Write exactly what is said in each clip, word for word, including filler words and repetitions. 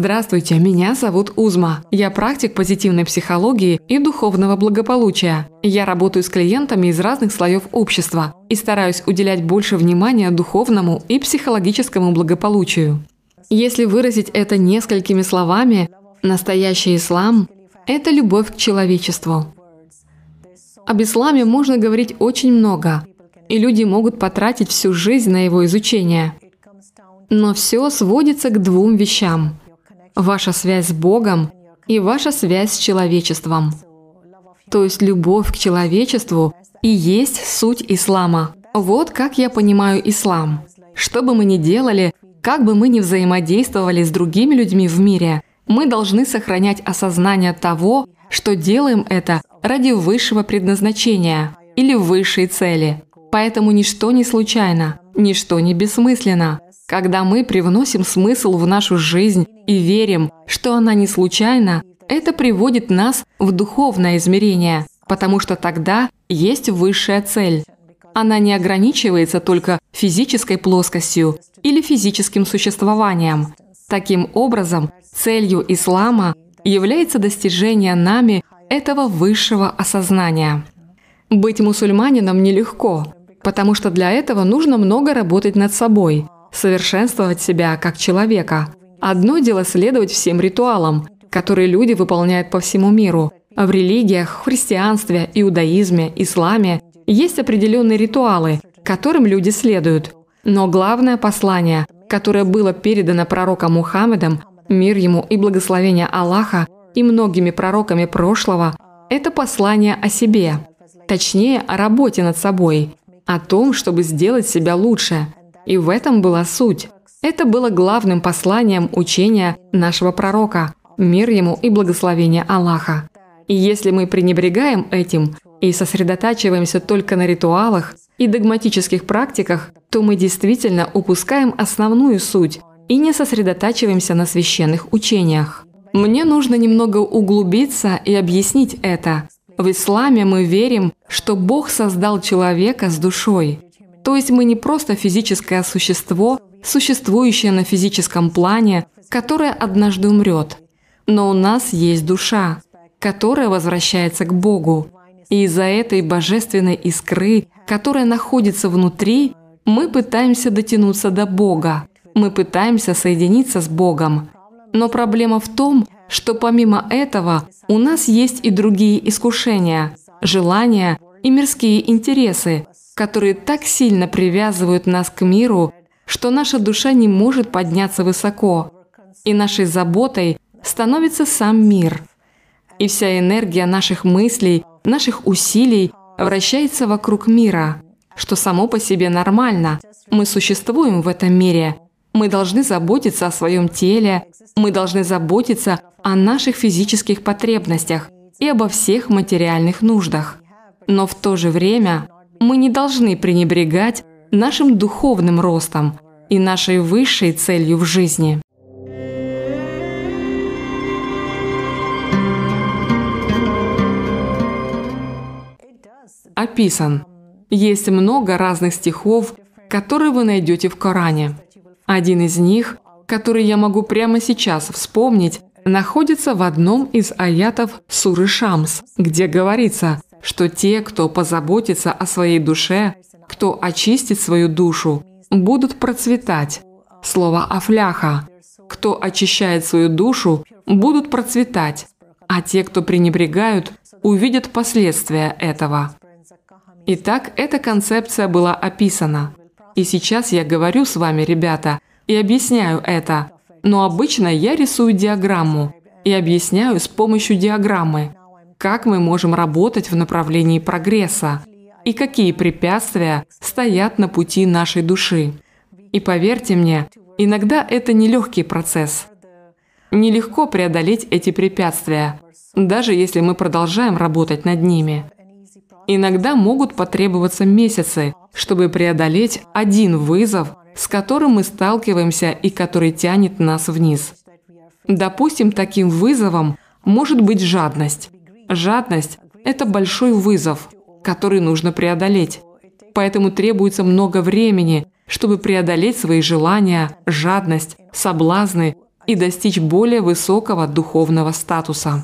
Здравствуйте, меня зовут Узма. Я практик позитивной психологии и духовного благополучия. Я работаю с клиентами из разных слоев общества и стараюсь уделять больше внимания духовному и психологическому благополучию. Если выразить это несколькими словами, настоящий ислам – это любовь к человечеству. Об исламе можно говорить очень много, и люди могут потратить всю жизнь на его изучение. Но все сводится к двум вещам – ваша связь с Богом и ваша связь с человечеством. То есть любовь к человечеству и есть суть ислама. Вот как я понимаю ислам. Что бы мы ни делали, как бы мы ни взаимодействовали с другими людьми в мире, мы должны сохранять осознание того, что делаем это ради высшего предназначения или высшей цели. Поэтому ничто не случайно, ничто не бессмысленно. Когда мы привносим смысл в нашу жизнь и верим, что она не случайна, это приводит нас в духовное измерение, потому что тогда есть высшая цель. Она не ограничивается только физической плоскостью или физическим существованием. Таким образом, целью ислама является достижение нами этого высшего осознания. Быть мусульманином нелегко, потому что для этого нужно много работать над собой, совершенствовать себя как человека. Одно дело следовать всем ритуалам, которые люди выполняют по всему миру. В религиях, в христианстве, иудаизме, исламе есть определенные ритуалы, которым люди следуют. Но главное послание, которое было передано пророком Мухаммедом, мир ему и благословение Аллаха, и многими пророками прошлого, это послание о себе. Точнее, о работе над собой, о том, чтобы сделать себя лучше. И в этом была суть. Это было главным посланием учения нашего пророка, мир ему и благословение Аллаха. И если мы пренебрегаем этим и сосредотачиваемся только на ритуалах и догматических практиках, то мы действительно упускаем основную суть и не сосредотачиваемся на священных учениях. Мне нужно немного углубиться и объяснить это. В исламе мы верим, что Бог создал человека с душой. То есть мы не просто физическое существо, существующее на физическом плане, которое однажды умрет. Но у нас есть душа, которая возвращается к Богу. И из-за этой божественной искры, которая находится внутри, мы пытаемся дотянуться до Бога. Мы пытаемся соединиться с Богом. Но проблема в том, что помимо этого у нас есть и другие искушения, желания и мирские интересы, которые так сильно привязывают нас к миру, что наша душа не может подняться высоко, и нашей заботой становится сам мир. И вся энергия наших мыслей, наших усилий вращается вокруг мира, что само по себе нормально. Мы существуем в этом мире. Мы должны заботиться о своем теле, мы должны заботиться о наших физических потребностях и обо всех материальных нуждах. Но в то же время мы не должны пренебрегать нашим духовным ростом и нашей высшей целью в жизни. Описан. Есть много разных стихов, которые вы найдете в Коране. Один из них, который я могу прямо сейчас вспомнить, находится в одном из аятов суры Шамс, где говорится, что те, кто позаботится о своей душе, кто очистит свою душу, будут процветать. Слово «афляха». Кто очищает свою душу, будут процветать, а те, кто пренебрегают, увидят последствия этого. Итак, эта концепция была описана. И сейчас я говорю с вами, ребята, и объясняю это. Но обычно я рисую диаграмму и объясняю с помощью диаграммы, как мы можем работать в направлении прогресса и какие препятствия стоят на пути нашей души. И поверьте мне, иногда это нелегкий процесс. Нелегко преодолеть эти препятствия, даже если мы продолжаем работать над ними. Иногда могут потребоваться месяцы, чтобы преодолеть один вызов, с которым мы сталкиваемся и который тянет нас вниз. Допустим, таким вызовом может быть жадность. Жадность – это большой вызов, который нужно преодолеть. Поэтому требуется много времени, чтобы преодолеть свои желания, жадность, соблазны и достичь более высокого духовного статуса.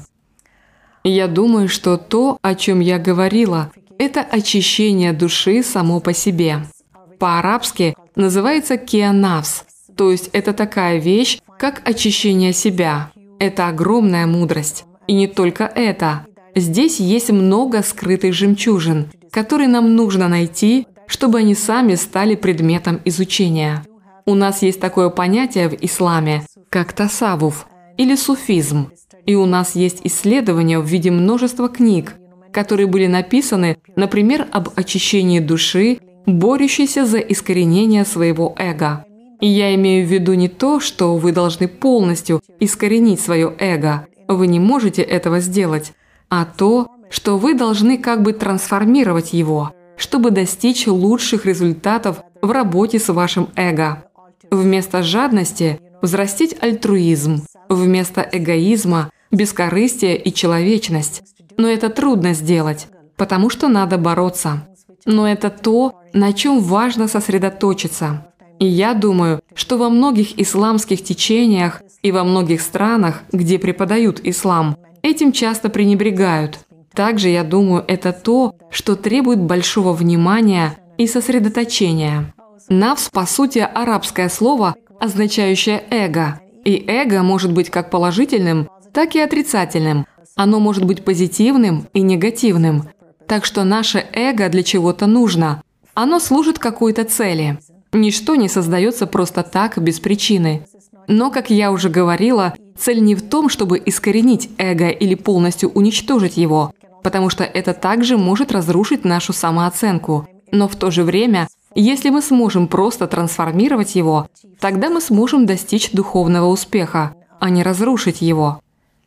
Я думаю, что то, о чем я говорила, это очищение души само по себе. По-арабски называется кианафс, то есть это такая вещь, как очищение себя. Это огромная мудрость. И не только это. Здесь есть много скрытых жемчужин, которые нам нужно найти, чтобы они сами стали предметом изучения. У нас есть такое понятие в исламе, как тасаввуф или суфизм. И у нас есть исследования в виде множества книг, которые были написаны, например, об очищении души, борющейся за искоренение своего эго. И я имею в виду не то, что вы должны полностью искоренить свое эго, вы не можете этого сделать, а то, что вы должны как бы трансформировать его, чтобы достичь лучших результатов в работе с вашим эго. Вместо жадности взрастить альтруизм, вместо эгоизма – бескорыстие и человечность. Но это трудно сделать, потому что надо бороться. Но это то, на чем важно сосредоточиться. И я думаю, что во многих исламских течениях и во многих странах, где преподают ислам, этим часто пренебрегают. Также, я думаю, это то, что требует большого внимания и сосредоточения. «Нафс» по сути арабское слово, означающее «эго». И эго может быть как положительным, так и отрицательным. Оно может быть позитивным и негативным. Так что наше эго для чего-то нужно. Оно служит какой-то цели. Ничто не создается просто так, без причины. Но, как я уже говорила, цель не в том, чтобы искоренить эго или полностью уничтожить его, потому что это также может разрушить нашу самооценку. Но в то же время, если мы сможем просто трансформировать его, тогда мы сможем достичь духовного успеха, а не разрушить его.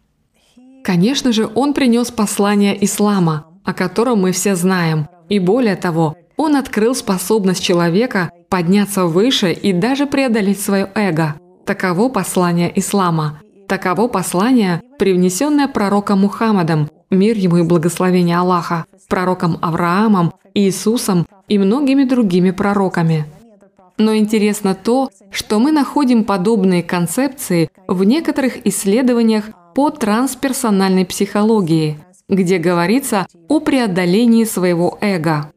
Конечно же, он принес послание ислама, о котором мы все знаем. И более того, он открыл способность человека подняться выше и даже преодолеть свое эго. Таково послание ислама. Таково послание, привнесенное пророком Мухаммадом, мир ему и благословение Аллаха, пророком Авраамом, Иисусом и многими другими пророками. Но интересно то, что мы находим подобные концепции в некоторых исследованиях по трансперсональной психологии, где говорится о преодолении своего эго.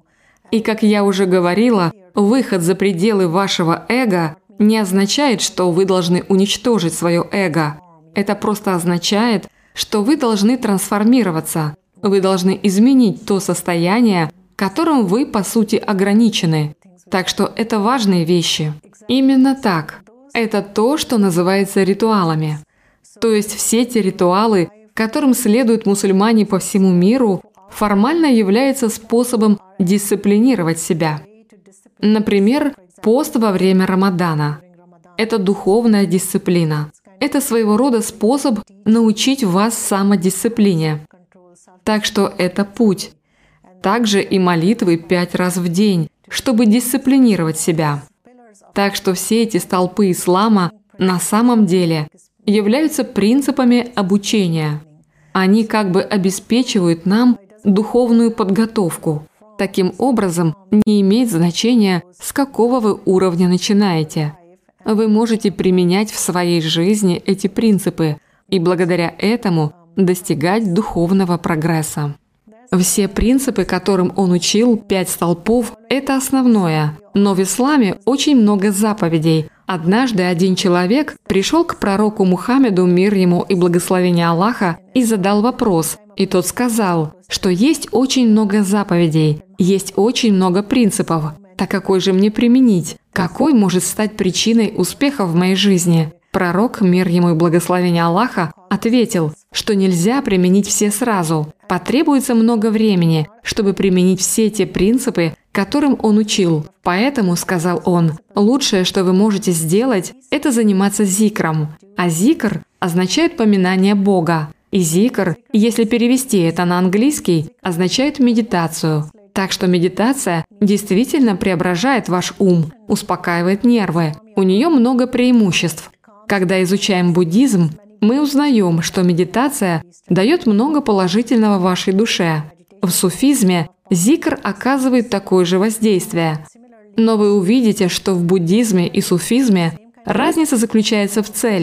И как я уже говорила, выход за пределы вашего эго не означает, что вы должны уничтожить свое эго. Это просто означает, что вы должны трансформироваться, вы должны изменить то состояние, которым вы, по сути, ограничены. Так что это важные вещи. Именно так. Это то, что называется ритуалами. То есть все те ритуалы, которым следуют мусульмане по всему миру, формально являются способом дисциплинировать себя. Например, пост во время Рамадана. Это духовная дисциплина. Это своего рода способ научить вас самодисциплине. Так что это путь. Также и молитвы пять раз в день, чтобы дисциплинировать себя. Так что все эти столпы ислама на самом деле являются принципами обучения. Они как бы обеспечивают нам духовную подготовку. Таким образом, не имеет значения, с какого вы уровня начинаете. Вы можете применять в своей жизни эти принципы и благодаря этому достигать духовного прогресса. Все принципы, которым он учил, пять столпов – это основное. Но в исламе очень много заповедей. Однажды один человек пришел к пророку Мухаммеду, мир ему и благословение Аллаха, и задал вопрос. И тот сказал, что есть очень много заповедей, есть очень много принципов. Так какой же мне применить? Какой может стать причиной успеха в моей жизни? Пророк, мир ему и благословение Аллаха, ответил, что нельзя применить все сразу. Потребуется много времени, чтобы применить все те принципы, которым он учил. Поэтому, сказал он, лучшее, что вы можете сделать, это заниматься зикром. А зикр означает поминание Бога. И зикр, если перевести это на английский, означает медитацию. Так что медитация действительно преображает ваш ум, успокаивает нервы. У нее много преимуществ. Когда изучаем буддизм, мы узнаем, что медитация дает много положительного вашей душе. В суфизме зикр оказывает такое же воздействие. Но вы увидите, что в буддизме и суфизме разница заключается в цели.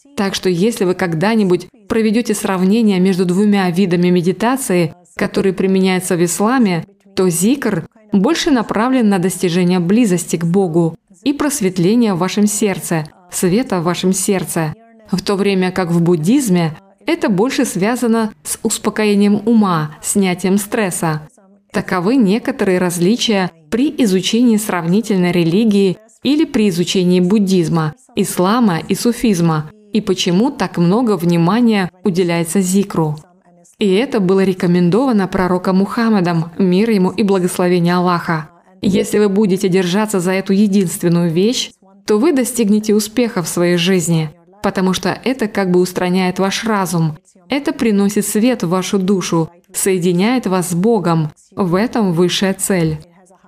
Так что если вы когда-нибудь проведете сравнение между двумя видами медитации, которые применяются в исламе, то зикр больше направлен на достижение близости к Богу и просветления в вашем сердце, света в вашем сердце, в то время как в буддизме это больше связано с успокоением ума, снятием стресса. Таковы некоторые различия при изучении сравнительной религии или при изучении буддизма, ислама и суфизма, и почему так много внимания уделяется зикру. И это было рекомендовано пророком Мухаммадом, мир ему и благословение Аллаха. Если вы будете держаться за эту единственную вещь, то вы достигнете успеха в своей жизни, потому что это как бы устраняет ваш разум, это приносит свет в вашу душу, соединяет вас с Богом. В этом высшая цель.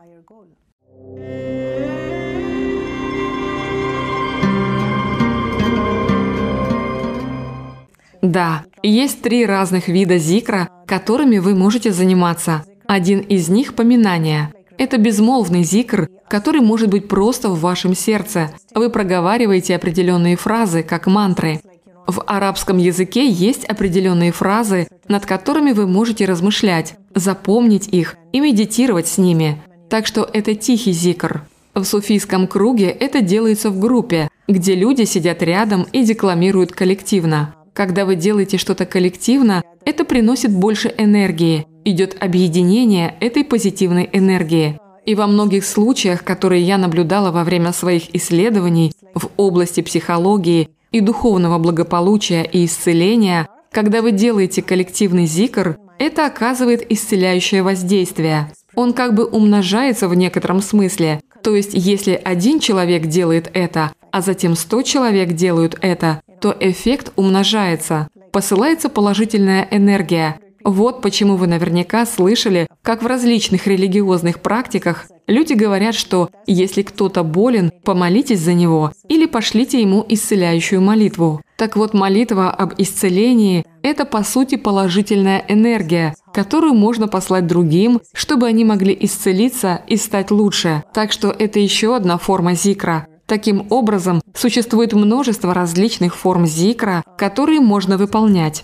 Да, есть три разных вида зикра, которыми вы можете заниматься. Один из них – поминание. Это безмолвный зикр, который может быть просто в вашем сердце. Вы проговариваете определенные фразы, как мантры. В арабском языке есть определенные фразы, над которыми вы можете размышлять, запомнить их и медитировать с ними. Так что это тихий зикр. В суфийском круге это делается в группе, где люди сидят рядом и декламируют коллективно. Когда вы делаете что-то коллективно, это приносит больше энергии, идет объединение этой позитивной энергии. И во многих случаях, которые я наблюдала во время своих исследований в области психологии и духовного благополучия и исцеления, когда вы делаете коллективный зикр, это оказывает исцеляющее воздействие. Он как бы умножается в некотором смысле. То есть, если один человек делает это, а затем сто человек делают это, то эффект умножается, посылается положительная энергия. Вот почему вы наверняка слышали, как в различных религиозных практиках люди говорят, что если кто-то болен, помолитесь за него или пошлите ему исцеляющую молитву. Так вот, молитва об исцелении – это по сути положительная энергия, которую можно послать другим, чтобы они могли исцелиться и стать лучше. Так что это еще одна форма зикра. Таким образом, существует множество различных форм зикра, которые можно выполнять.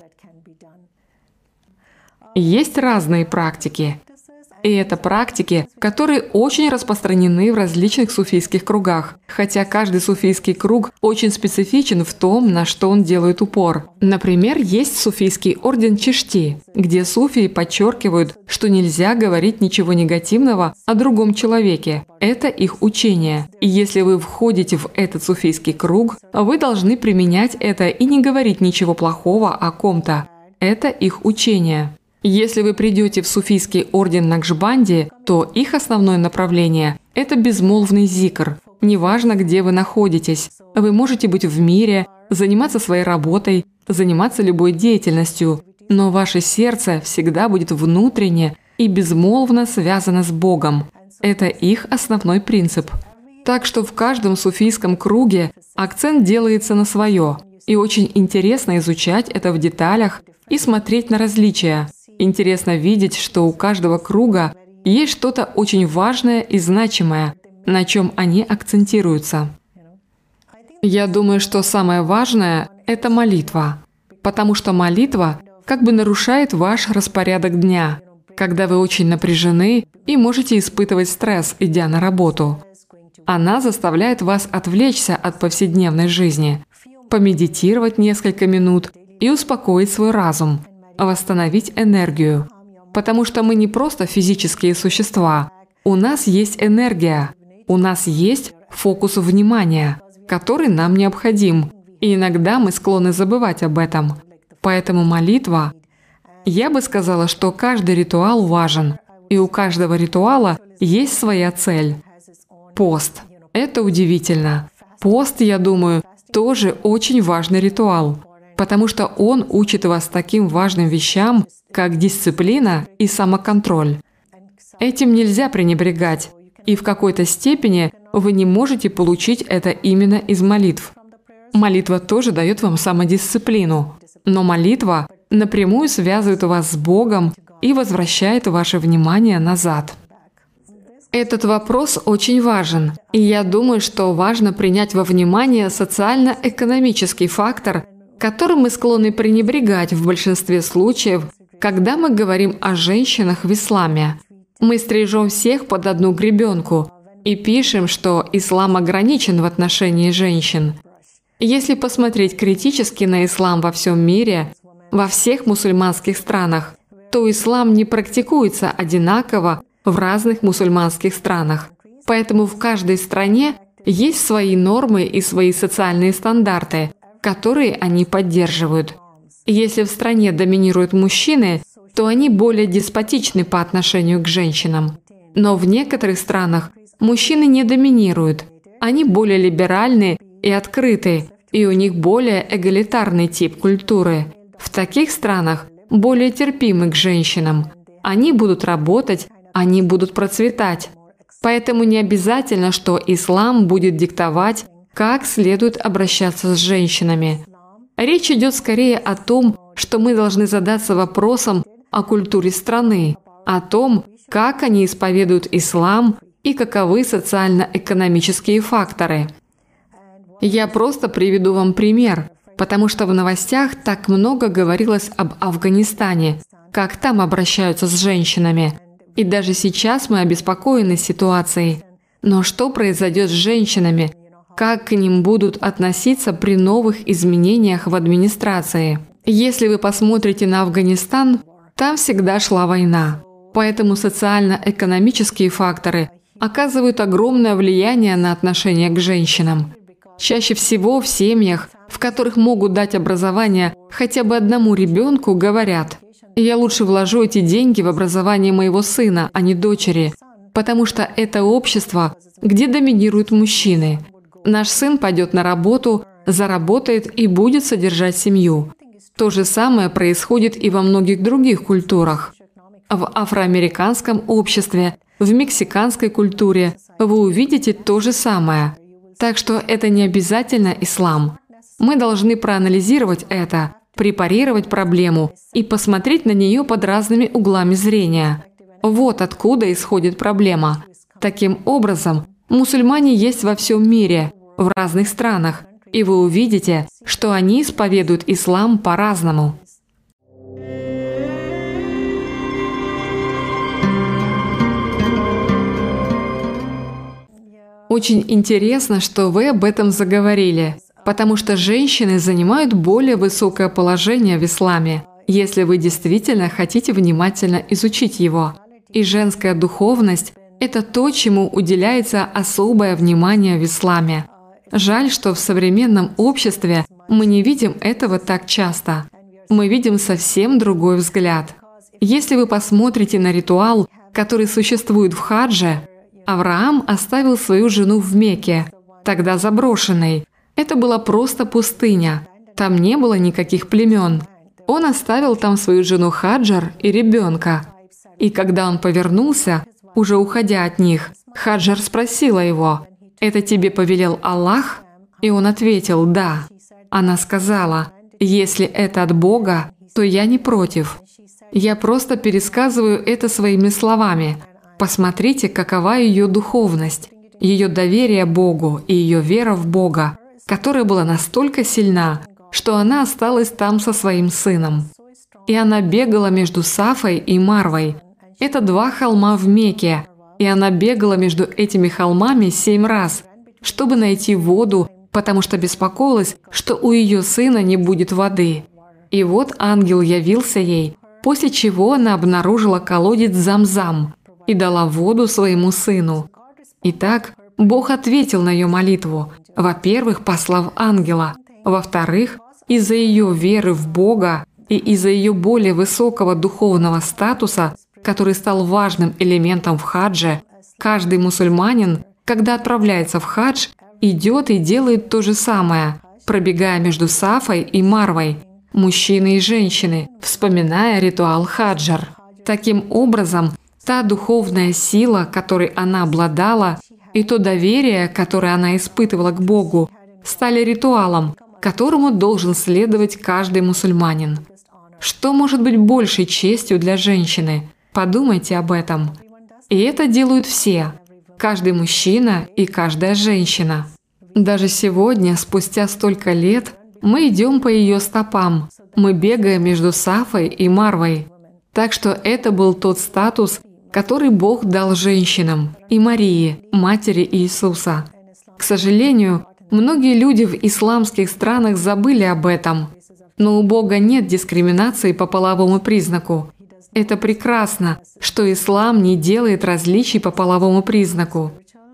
Есть разные практики. И это практики, которые очень распространены в различных суфийских кругах, хотя каждый суфийский круг очень специфичен в том, на что он делает упор. Например, есть суфийский орден Чишти, где суфии подчеркивают, что нельзя говорить ничего негативного о другом человеке. Это их учение. И если вы входите в этот суфийский круг, вы должны применять это и не говорить ничего плохого о ком-то. Это их учение. Если вы придете в суфийский орден Накшбанди, то их основное направление – это безмолвный зикр. Неважно, где вы находитесь, вы можете быть в мире, заниматься своей работой, заниматься любой деятельностью, но ваше сердце всегда будет внутренне и безмолвно связано с Богом. Это их основной принцип. Так что в каждом суфийском круге акцент делается на свое, и очень интересно изучать это в деталях и смотреть на различия. Интересно видеть, что у каждого круга есть что-то очень важное и значимое, на чем они акцентируются. Я думаю, что самое важное – это молитва, потому что молитва как бы нарушает ваш распорядок дня, когда вы очень напряжены и можете испытывать стресс, идя на работу. Она заставляет вас отвлечься от повседневной жизни, помедитировать несколько минут и успокоить свой разум, восстановить энергию. Потому что мы не просто физические существа. У нас есть энергия, у нас есть фокус внимания, который нам необходим. И иногда мы склонны забывать об этом. Поэтому молитва, я бы сказала, что каждый ритуал важен, и у каждого ритуала есть своя цель. Пост. Это удивительно. Пост, я думаю, тоже очень важный ритуал. Потому что он учит вас таким важным вещам, как дисциплина и самоконтроль. Этим нельзя пренебрегать, и в какой-то степени вы не можете получить это именно из молитв. Молитва тоже дает вам самодисциплину, но молитва напрямую связывает вас с Богом и возвращает ваше внимание назад. Этот вопрос очень важен, и я думаю, что важно принять во внимание социально-экономический фактор, которым мы склонны пренебрегать в большинстве случаев, когда мы говорим о женщинах в исламе. Мы стрижем всех под одну гребенку и пишем, что ислам ограничен в отношении женщин. Если посмотреть критически на ислам во всем мире, во всех мусульманских странах, то ислам не практикуется одинаково в разных мусульманских странах. Поэтому в каждой стране есть свои нормы и свои социальные стандарты, которые они поддерживают. Если в стране доминируют мужчины, то они более деспотичны по отношению к женщинам. Но в некоторых странах мужчины не доминируют, они более либеральны и открыты, и у них более эгалитарный тип культуры. В таких странах более терпимы к женщинам. Они будут работать, они будут процветать. Поэтому не обязательно, что ислам будет диктовать, как следует обращаться с женщинами. Речь идет скорее о том, что мы должны задаться вопросом о культуре страны, о том, как они исповедуют ислам и каковы социально-экономические факторы. Я просто приведу вам пример, потому что в новостях так много говорилось об Афганистане, как там обращаются с женщинами. И даже сейчас мы обеспокоены ситуацией. Но что произойдет с женщинами? Как к ним будут относиться при новых изменениях в администрации? Если вы посмотрите на Афганистан, там всегда шла война. Поэтому социально-экономические факторы оказывают огромное влияние на отношение к женщинам. Чаще всего в семьях, в которых могут дать образование хотя бы одному ребенку, говорят: «Я лучше вложу эти деньги в образование моего сына, а не дочери, потому что это общество, где доминируют мужчины. Наш сын пойдет на работу, заработает и будет содержать семью». То же самое происходит и во многих других культурах. В афроамериканском обществе, в мексиканской культуре вы увидите то же самое. Так что это не обязательно ислам. Мы должны проанализировать это, препарировать проблему и посмотреть на нее под разными углами зрения. Вот откуда исходит проблема. Таким образом, мусульмане есть во всем мире, в разных странах, и вы увидите, что они исповедуют ислам по-разному. Очень интересно, что вы об этом заговорили, потому что женщины занимают более высокое положение в исламе, если вы действительно хотите внимательно изучить его. И женская духовность – это то, чему уделяется особое внимание в исламе. Жаль, что в современном обществе мы не видим этого так часто. Мы видим совсем другой взгляд. Если вы посмотрите на ритуал, который существует в хадже, Авраам оставил свою жену в Мекке, тогда заброшенной. Это была просто пустыня, там не было никаких племен. Он оставил там свою жену Хаджар и ребенка. И когда он повернулся, уже уходя от них, Хаджар спросила его: «Это тебе повелел Аллах?» И он ответил: «Да». Она сказала: «Если это от Бога, то я не против». Я просто пересказываю это своими словами. Посмотрите, какова ее духовность, ее доверие Богу и ее вера в Бога, которая была настолько сильна, что она осталась там со своим сыном. И она бегала между Сафой и Марвой. Это два холма в Мекке, и она бегала между этими холмами семь раз, чтобы найти воду, потому что беспокоилась, что у ее сына не будет воды. И вот ангел явился ей, после чего она обнаружила колодец Зам-Зам и дала воду своему сыну. Итак, Бог ответил на ее молитву, во-первых, послав ангела, во-вторых, из-за ее веры в Бога и из-за ее более высокого духовного статуса, который стал важным элементом в хадже, каждый мусульманин, когда отправляется в хадж, идет и делает то же самое, пробегая между Сафой и Марвой, мужчины и женщины, вспоминая ритуал хаджар. Таким образом, та духовная сила, которой она обладала, и то доверие, которое она испытывала к Богу, стали ритуалом, которому должен следовать каждый мусульманин. Что может быть большей честью для женщины? Подумайте об этом. И это делают все. каждый мужчина и каждая женщина. Даже сегодня, спустя столько лет, мы идем по ее стопам, мы бегаем между Сафой и Марвой. Так что это был тот статус, который Бог дал женщинам и Марии, матери Иисуса. К сожалению, многие люди в исламских странах забыли об этом. Но у Бога нет дискриминации по половому признаку. Это прекрасно, что ислам не делает различий по половому признаку.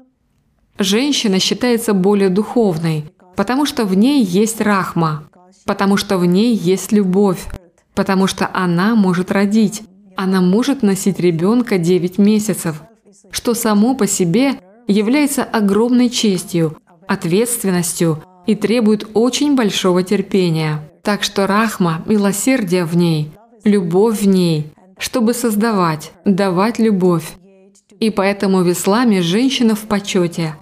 Женщина считается более духовной, потому что в ней есть рахма, потому что в ней есть любовь, потому что она может родить, она может носить ребенка девять месяцев, что само по себе является огромной честью, ответственностью и требует очень большого терпения. Так что рахма, милосердие в ней, любовь в ней, чтобы создавать, давать любовь. И поэтому в исламе женщина в почете.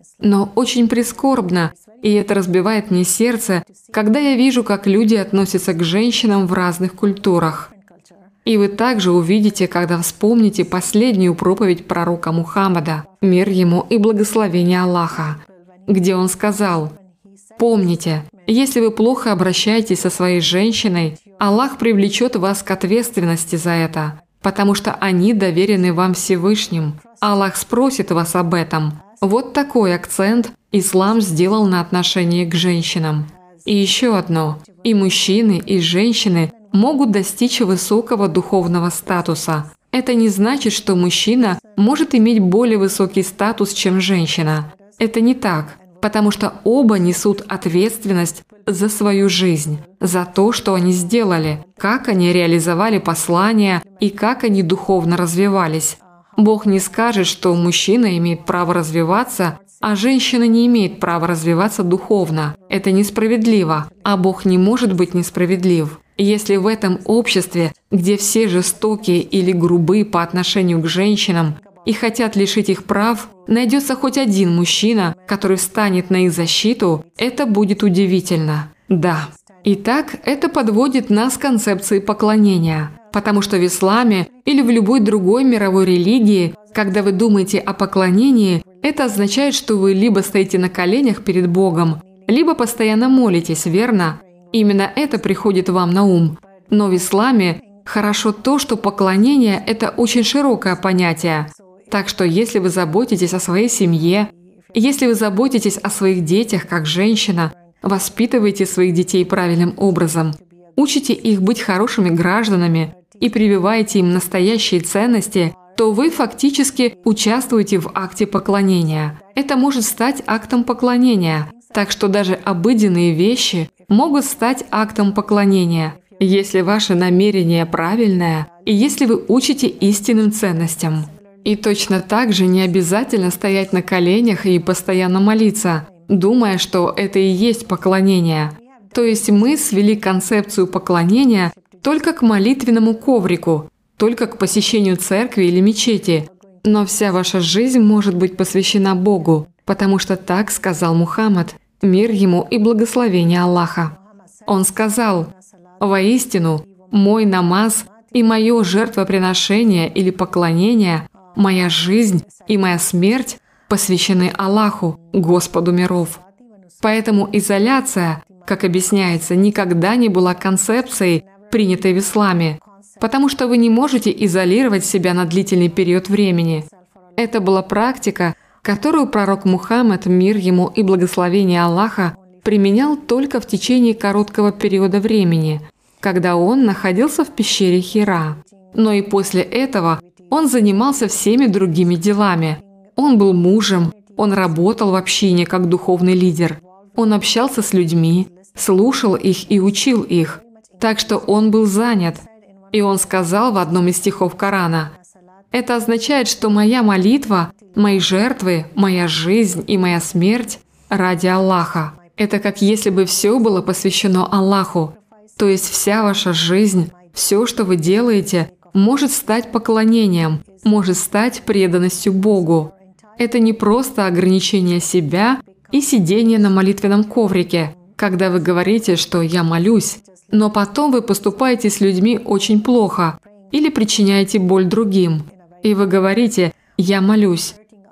Но очень прискорбно, и это разбивает мне сердце, когда я вижу, как люди относятся к женщинам в разных культурах. И вы также увидите, когда вспомните последнюю проповедь пророка Мухаммада, мир ему и благословение Аллаха, где он сказал: «Помните, если вы плохо обращаетесь со своей женщиной, Аллах привлечет вас к ответственности за это, потому что они доверены вам Всевышним. Аллах спросит вас об этом». Вот такой акцент ислам сделал на отношении к женщинам. И еще одно. И мужчины, и женщины могут достичь высокого духовного статуса. Это не значит, что мужчина может иметь более высокий статус, чем женщина. Это не так, потому что оба несут ответственность за свою жизнь, за то, что они сделали, как они реализовали послание и как они духовно развивались. Бог не скажет, что мужчина имеет право развиваться, а женщина не имеет права развиваться духовно. Это несправедливо, а Бог не может быть несправедлив. Если в этом обществе, где все жестокие или грубы по отношению к женщинам и хотят лишить их прав, найдется хоть один мужчина, который встанет на их защиту, это будет удивительно. Да. Итак, это подводит нас к концепции поклонения. Потому что в исламе или в любой другой мировой религии, когда вы думаете о поклонении, это означает, что вы либо стоите на коленях перед Богом, либо постоянно молитесь, верно? Именно это приходит вам на ум. Но в исламе хорошо то, что поклонение – это очень широкое понятие. Так что если вы заботитесь о своей семье, если вы заботитесь о своих детях как женщина, воспитываете своих детей правильным образом, учите их быть хорошими гражданами и прививаете им настоящие ценности, то вы фактически участвуете в акте поклонения. Это может стать актом поклонения, так что даже обыденные вещи могут стать актом поклонения, если ваше намерение правильное и если вы учите истинным ценностям. И точно так же не обязательно стоять на коленях и постоянно молиться, думая, что это и есть поклонение. То есть мы свели концепцию поклонения только к молитвенному коврику, только к посещению церкви или мечети. Но вся ваша жизнь может быть посвящена Богу, потому что так сказал Мухаммад, мир ему и благословение Аллаха. Он сказал: «Воистину, мой намаз и мое жертвоприношение или поклонение, моя жизнь и моя смерть посвящены Аллаху, Господу миров». Поэтому изоляция, как объясняется, никогда не была концепцией, принятой в исламе, потому что вы не можете изолировать себя на длительный период времени. Это была практика, которую пророк Мухаммад, мир ему и благословение Аллаха, применял только в течение короткого периода времени, когда он находился в пещере Хира. Но и после этого он занимался всеми другими делами. Он был мужем, он работал в общине как духовный лидер, он общался с людьми, слушал их и учил их. Так что он был занят. И он сказал в одном из стихов Корана: «Это означает, что моя молитва, мои жертвы, моя жизнь и моя смерть ради Аллаха». Это как если бы все было посвящено Аллаху. То есть вся ваша жизнь, все, что вы делаете, может стать поклонением, может стать преданностью Богу. Это не просто ограничение себя и сидение на молитвенном коврике, когда вы говорите, что «я молюсь», но потом вы поступаете с людьми очень плохо или причиняете боль другим, и вы говорите «я молюсь».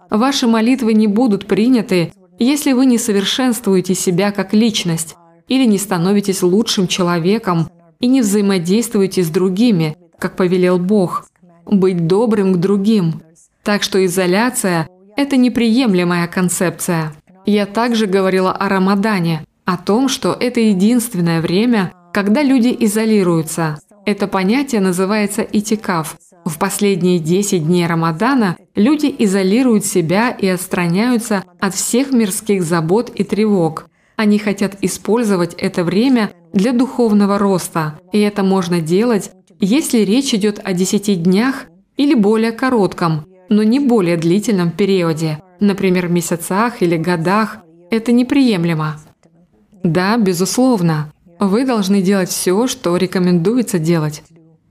Ваши молитвы не будут приняты, если вы не совершенствуете себя как личность или не становитесь лучшим человеком и не взаимодействуете с другими, как повелел Бог, быть добрым к другим. Так что изоляция – это неприемлемая концепция. Я также говорила о Рамадане, о том, что это единственное время, когда люди изолируются. Это понятие называется itикаф. В последние десять дней Рамадана люди изолируют себя и отстраняются от всех мирских забот и тревог. Они хотят использовать это время для духовного роста, и это можно делать, если речь идет о десяти днях или более коротком, но не более длительном периоде, например, месяцах или годах. Это неприемлемо. Да, безусловно, вы должны делать все, что рекомендуется делать.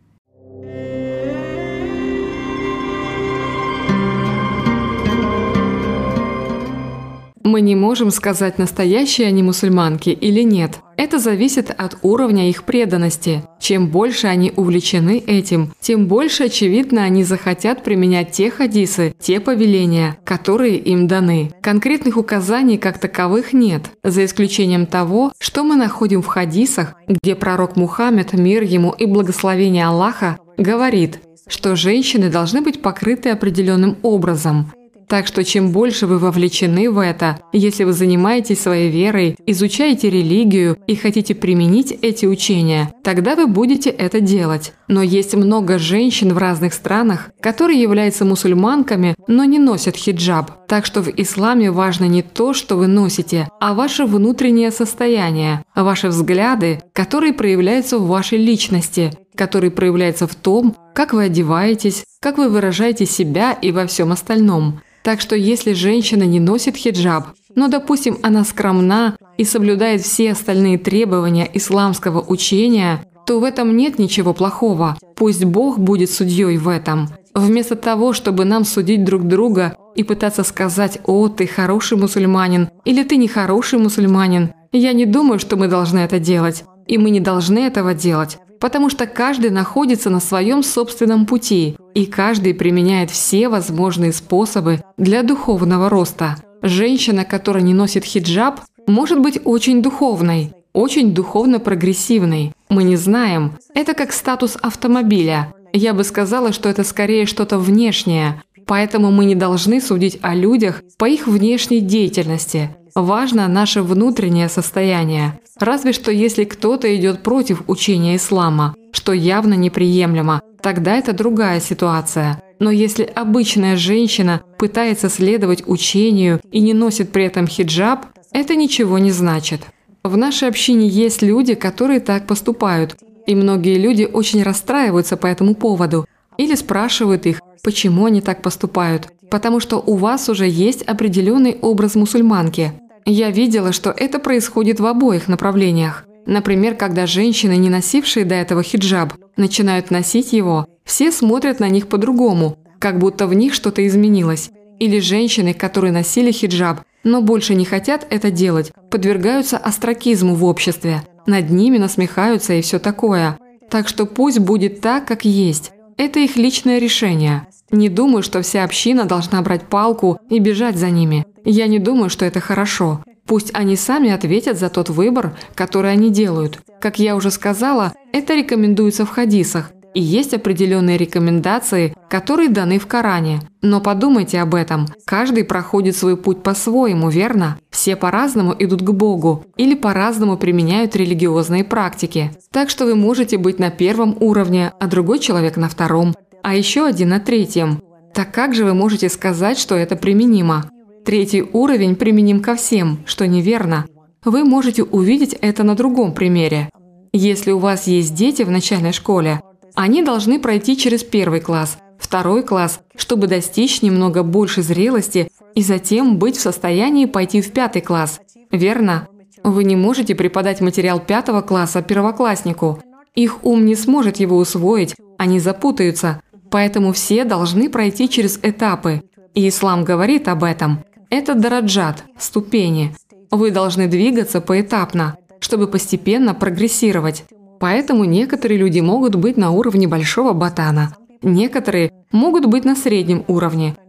Мы не можем сказать, настоящие они мусульманки или нет. Это зависит от уровня их преданности. Чем больше они увлечены этим, тем больше, очевидно, они захотят применять те хадисы, те повеления, которые им даны. Конкретных указаний как таковых нет, за исключением того, что мы находим в хадисах, где пророк Мухаммед, мир ему и благословение Аллаха, говорит, что женщины должны быть покрыты определенным образом. Так что чем больше вы вовлечены в это, если вы занимаетесь своей верой, изучаете религию и хотите применить эти учения, тогда вы будете это делать. Но есть много женщин в разных странах, которые являются мусульманками, но не носят хиджаб. Так что в исламе важно не то, что вы носите, а ваше внутреннее состояние, ваши взгляды, которые проявляются в вашей личности, которые проявляются в том, как вы одеваетесь, как вы выражаете себя и во всем остальном. Так что если женщина не носит хиджаб, но, допустим, она скромна и соблюдает все остальные требования исламского учения, то в этом нет ничего плохого. Пусть Бог будет судьей в этом. Вместо того, чтобы нам судить друг друга и пытаться сказать: «О, ты хороший мусульманин» или «ты нехороший мусульманин», я не думаю, что мы должны это делать. И мы не должны этого делать. Потому что каждый находится на своем собственном пути, и каждый применяет все возможные способы для духовного роста. Женщина, которая не носит хиджаб, может быть очень духовной, очень духовно прогрессивной. Мы не знаем. Это как статус автомобиля. Я бы сказала, что это скорее что-то внешнее. Поэтому мы не должны судить о людях по их внешней деятельности. Важно наше внутреннее состояние. Разве что если кто-то идет против учения ислама, что явно неприемлемо, тогда это другая ситуация. Но если обычная женщина пытается следовать учению и не носит при этом хиджаб, это ничего не значит. В нашей общине есть люди, которые так поступают, и многие люди очень расстраиваются по этому поводу или спрашивают их, почему они так поступают, потому что у вас уже есть определенный образ мусульманки. Я видела, что это происходит в обоих направлениях. Например, когда женщины, не носившие до этого хиджаб, начинают носить его, все смотрят на них по-другому, как будто в них что-то изменилось. Или женщины, которые носили хиджаб, но больше не хотят это делать, подвергаются остракизму в обществе. Над ними насмехаются и все такое. Так что пусть будет так, как есть. Это их личное решение. Не думаю, что вся община должна брать палку и бежать за ними. Я не думаю, что это хорошо. Пусть они сами ответят за тот выбор, который они делают. Как я уже сказала, это рекомендуется в хадисах. И есть определенные рекомендации, которые даны в Коране. Но подумайте об этом. Каждый проходит свой путь по-своему, верно? Все по-разному идут к Богу или по-разному применяют религиозные практики. Так что вы можете быть на первом уровне, а другой человек на втором, а еще один на третьем. Так как же вы можете сказать, что это применимо? Третий уровень применим ко всем, что неверно. Вы можете увидеть это на другом примере. Если у вас есть дети в начальной школе, они должны пройти через первый класс, второй класс, чтобы достичь немного большей зрелости и затем быть в состоянии пойти в пятый класс. Верно? Вы не можете преподать материал пятого класса первокласснику. Их ум не сможет его усвоить, они запутаются. Поэтому все должны пройти через этапы. И ислам говорит об этом. Это дараджат, ступени. Вы должны двигаться поэтапно, чтобы постепенно прогрессировать. Поэтому некоторые люди могут быть на уровне большого ботана, некоторые могут быть на среднем уровне,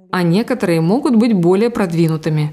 а некоторые могут быть более продвинутыми.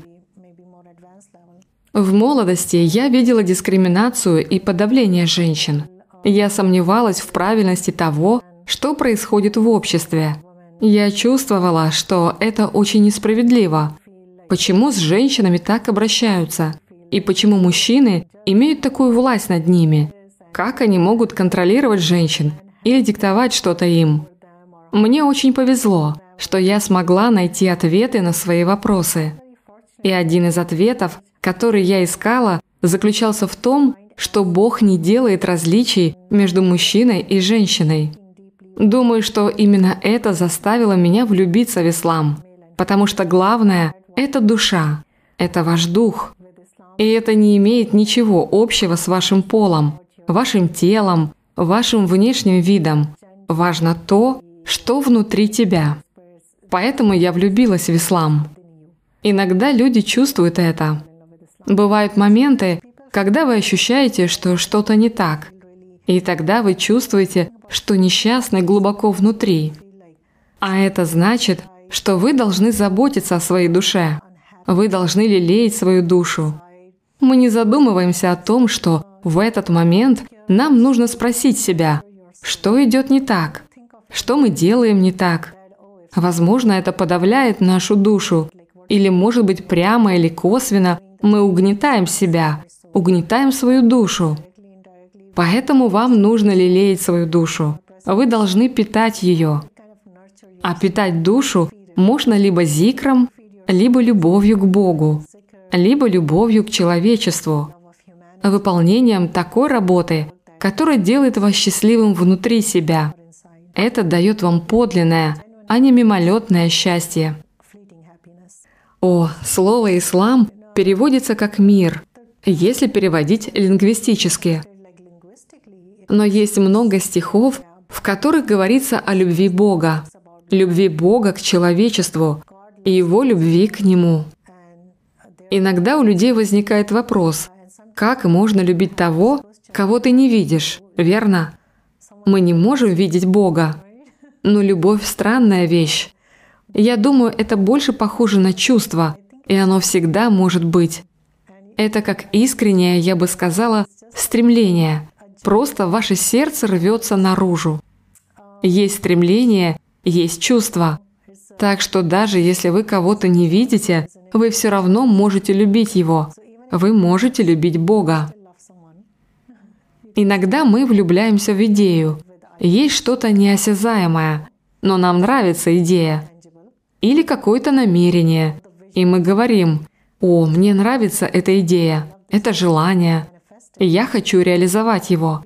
В молодости я видела дискриминацию и подавление женщин. Я сомневалась в правильности того, что происходит в обществе. Я чувствовала, что это очень несправедливо. Почему с женщинами так обращаются? И почему мужчины имеют такую власть над ними? Как они могут контролировать женщин или диктовать что-то им? Мне очень повезло, что я смогла найти ответы на свои вопросы. И один из ответов, который я искала, заключался в том, что Бог не делает различий между мужчиной и женщиной. Думаю, что именно это заставило меня влюбиться в ислам, потому что главное – это душа, это ваш дух. И это не имеет ничего общего с вашим полом, вашим телом, вашим внешним видом. Важно то, что внутри тебя. Поэтому я влюбилась в ислам. Иногда люди чувствуют это. Бывают моменты, когда вы ощущаете, что что-то не так, и тогда вы чувствуете, что несчастны глубоко внутри. А это значит, что вы должны заботиться о своей душе. Вы должны лелеять свою душу. Мы не задумываемся о том, что в этот момент нам нужно спросить себя, что идет не так, что мы делаем не так. Возможно, это подавляет нашу душу, или, может быть, прямо или косвенно мы угнетаем себя, угнетаем свою душу. Поэтому вам нужно лелеять свою душу. Вы должны питать ее. А питать душу можно либо зикром, либо любовью к Богу, либо любовью к человечеству, выполнением такой работы, которая делает вас счастливым внутри себя. Это дает вам подлинное, а не мимолетное счастье. О, слово «ислам» переводится как «мир», если переводить лингвистически. Но есть много стихов, в которых говорится о любви Бога, любви Бога к человечеству и Его любви к Нему. Иногда у людей возникает вопрос, как можно любить того, кого ты не видишь, верно? Мы не можем видеть Бога. Но любовь – странная вещь. Я думаю, это больше похоже на чувство, и оно всегда может быть. Это как искреннее, я бы сказала, стремление. Просто ваше сердце рвется наружу. Есть стремление, есть чувство. Так что даже если вы кого-то не видите, вы все равно можете любить его. Вы можете любить Бога. Иногда мы влюбляемся в идею. Есть что-то неосязаемое, но нам нравится идея. Или какое-то намерение. И мы говорим: «О, мне нравится эта идея, это желание, и я хочу реализовать его».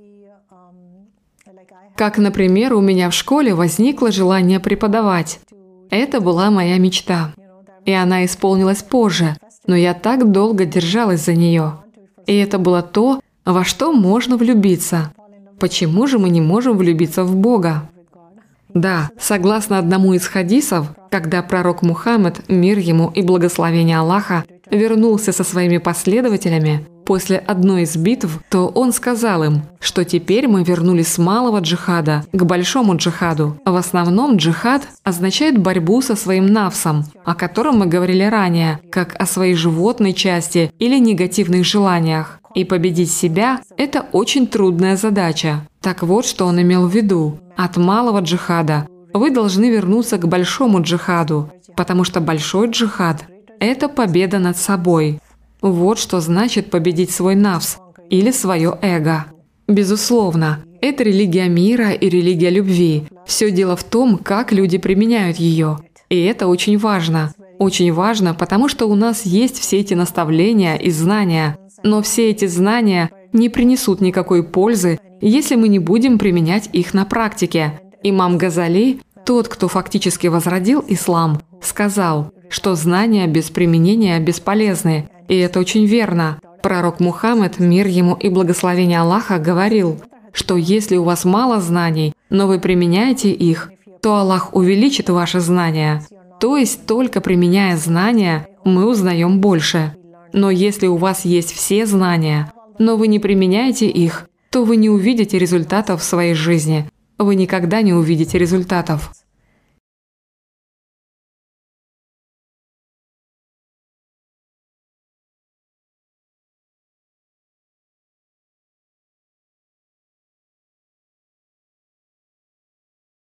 Как, например, у меня в школе возникло желание преподавать. Это была моя мечта. И она исполнилась позже, но я так долго держалась за нее. И это было то, во что можно влюбиться. Почему же мы не можем влюбиться в Бога? Да, согласно одному из хадисов, когда пророк Мухаммед, мир ему и благословение Аллаха, вернулся со своими последователями после одной из битв, то он сказал им, что теперь мы вернулись с малого джихада к большому джихаду. В основном джихад означает борьбу со своим нафсом, о котором мы говорили ранее, как о своей животной части или негативных желаниях. И победить себя – это очень трудная задача. Так вот, что он имел в виду. От малого джихада вы должны вернуться к большому джихаду, потому что большой джихад – это победа над собой. Вот что значит победить свой нафс или свое эго. Безусловно, это религия мира и религия любви. Все дело в том, как люди применяют ее. И это очень важно. Очень важно, потому что у нас есть все эти наставления и знания. Но все эти знания не принесут никакой пользы, если мы не будем применять их на практике. Имам Газали, тот, кто фактически возродил ислам, сказал, что знания без применения бесполезны. И это очень верно. Пророк Мухаммед, мир ему и благословение Аллаха, говорил, что если у вас мало знаний, но вы применяете их, то Аллах увеличит ваши знания. То есть только применяя знания, мы узнаем больше. Но если у вас есть все знания, но вы не применяете их, то вы не увидите результатов в своей жизни. Вы никогда не увидите результатов.